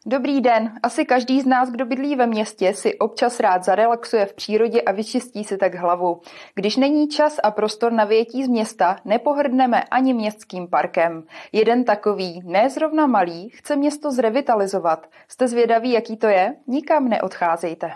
Dobrý den. Asi každý z nás, kdo bydlí ve městě, si občas rád zarelaxuje v přírodě a vyčistí si tak hlavu. Když není čas a prostor na vyjetí z města, nepohrdneme ani městským parkem. Jeden takový, ne zrovna malý, chce město zrevitalizovat. Jste zvědaví, jaký to je? Nikam neodcházejte.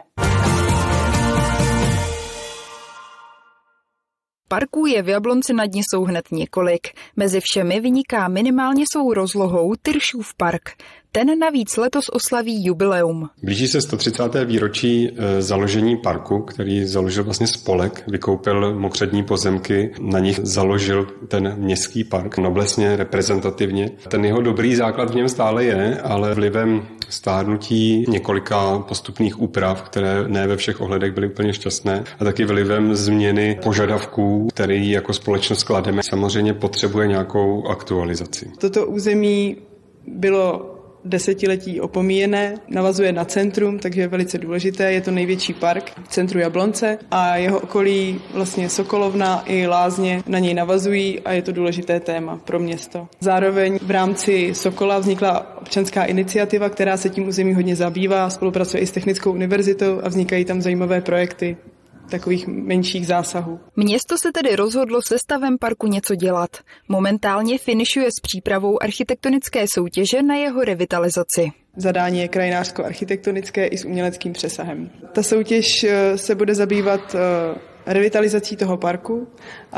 Parků je v Jablonci nad Nisou hned několik. Mezi všemi vyniká minimálně svou rozlohou Tyršův park. Ten navíc letos oslaví jubileum. Blíží se 130. výročí založení parku, který založil vlastně spolek, vykoupil mokřadní pozemky, na nich založil ten městský park, noblesně, reprezentativně. Ten jeho dobrý základ v něm stále je, ale vlivem stárnutí několika postupných úprav, které ne ve všech ohledech byly úplně šťastné, a taky vlivem změny požadavků, který jako společnost klademe, samozřejmě potřebuje nějakou aktualizaci. Toto území bylo desetiletí opomíjené, navazuje na centrum, takže je velice důležité. Je to největší park v centru Jablonce a jeho okolí, vlastně Sokolovna i Lázně na něj navazují a je to důležité téma pro město. Zároveň v rámci Sokola vznikla občanská iniciativa, která se tím území hodně zabývá, spolupracuje i s Technickou univerzitou a vznikají tam zajímavé projekty takových menších zásahů. Město se tedy rozhodlo se stavem parku něco dělat. Momentálně finišuje s přípravou architektonické soutěže na jeho revitalizaci. Zadání je krajinářsko-architektonické i s uměleckým přesahem. Ta soutěž se bude zabývat revitalizací toho parku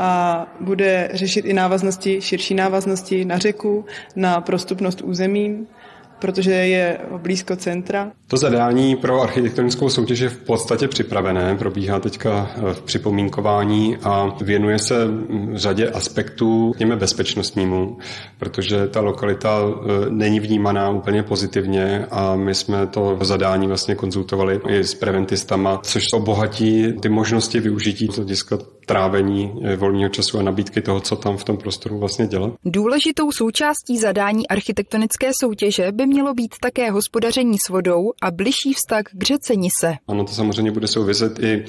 a bude řešit i širší návaznosti na řeku, na prostupnost území, protože je blízko centra. To zadání pro architektonickou soutěž je v podstatě připravené, probíhá teďka v připomínkování a věnuje se řadě aspektů, řekněme bezpečnostnímu, protože ta lokalita není vnímaná úplně pozitivně a my jsme to zadání vlastně konzultovali i s preventistama, což obohatí ty možnosti využití z hlediska trávení volného času a nabídky toho, co tam v tom prostoru vlastně dělat. Důležitou součástí zadání architektonické soutěže by mělo být také hospodaření s vodou a bližší vztah k řece Nise. Ano, to samozřejmě bude souviset i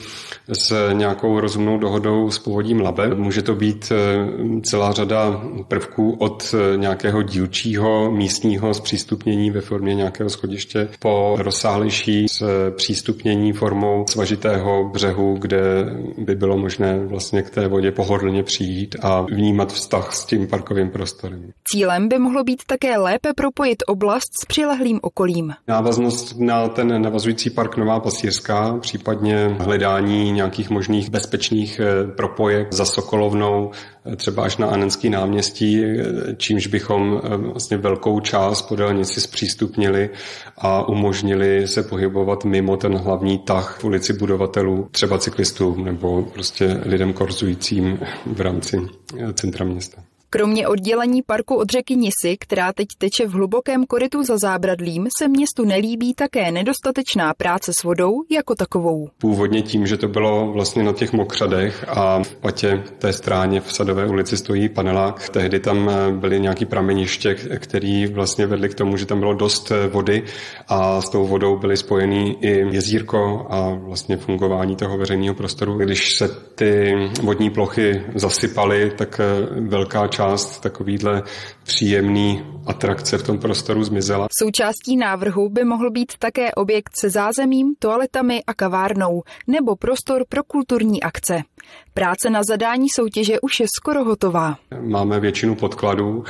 s nějakou rozumnou dohodou s povodím Labe. Může to být celá řada prvků od nějakého dílčího místního zpřístupnění ve formě nějakého schodiště po rozsáhlejší zpřístupnění formou svažitého břehu, kde by bylo možné vlastně k té vodě pohodlně přijít a vnímat vztah s tím parkovým prostorem. Cílem by mohlo být také lépe propojit oblast s přilehlým okolím. Návaznost na ten navazující park Nová Pasírská, případně hledání nějakých možných bezpečných propojek za Sokolovnou, třeba až na Anenský náměstí, čímž bychom vlastně velkou část podél Nisy zpřístupnili a umožnili se pohybovat mimo ten hlavní tah v ulici Budovatelů, třeba cyklistům nebo prostě lidem korzujícím v rámci centra města. Kromě oddělení parku od řeky Nisy, která teď teče v hlubokém korytu za Zábradlím, se městu nelíbí také nedostatečná práce s vodou jako takovou. Původně tím, že to bylo vlastně na těch mokřadech a v patě té stráně v Sadové ulici stojí panelák. Tehdy tam byly nějaký prameniště, který vlastně vedly k tomu, že tam bylo dost vody a s tou vodou byly spojený i jezírko a vlastně fungování toho veřejného prostoru. Když se ty vodní plochy zasypaly, tak velká část takovýhle příjemný atrakce v tom prostoru zmizela. Součástí návrhu by mohl být také objekt se zázemím, toaletami a kavárnou nebo prostor pro kulturní akce. Práce na zadání soutěže už je skoro hotová. Máme většinu podkladů,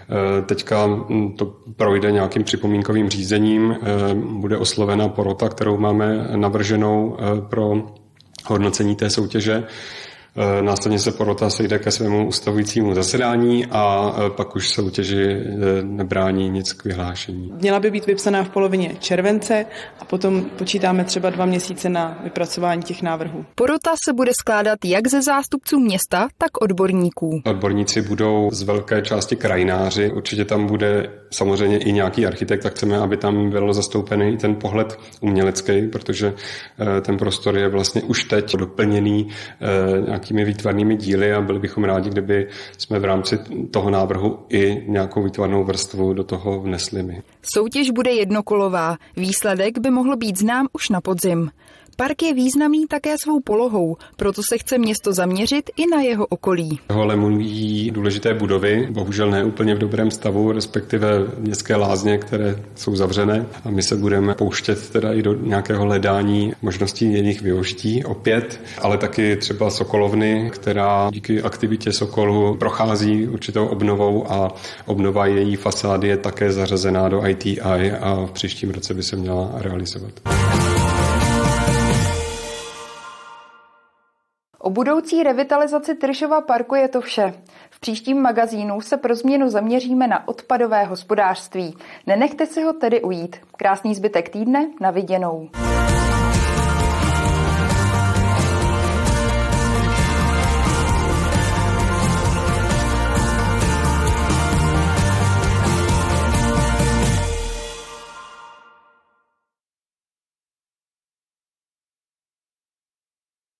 teďka to projde nějakým připomínkovým řízením, bude oslovena porota, kterou máme navrženou pro hodnocení té soutěže. Následně se porota sejde ke svému ustavujícímu zasedání a pak už soutěži nebrání nic k vyhlášení. Měla by být vypsaná v polovině července a potom počítáme třeba 2 měsíce na vypracování těch návrhů. Porota se bude skládat jak ze zástupců města, tak odborníků. Odborníci budou z velké části krajináři, určitě tam bude samozřejmě i nějaký architekt a chceme, aby tam byl zastoupený i ten pohled umělecký, protože ten prostor je vlastně už teď doplněný nějakými výtvarnými díly a byli bychom rádi, kdyby jsme v rámci toho návrhu i nějakou výtvarnou vrstvu do toho vnesli my. Soutěž bude jednokolová. Výsledek by mohl být znám už na podzim. Park je významný také svou polohou, proto se chce město zaměřit i na jeho okolí. Holemují důležité budovy, bohužel ne úplně v dobrém stavu, respektive městské lázně, které jsou zavřené, a my se budeme pouštět teda i do nějakého hledání možností jejich využití opět, ale taky třeba sokolovny, která díky aktivitě sokolu prochází určitou obnovou a obnova její fasády je také zařazená do ITI a v příštím roce by se měla realizovat. O budoucí revitalizaci Tršova parku je to vše. V příštím magazínu se pro změnu zaměříme na odpadové hospodářství. Nenechte si ho tedy ujít. Krásný zbytek týdne, na viděnou.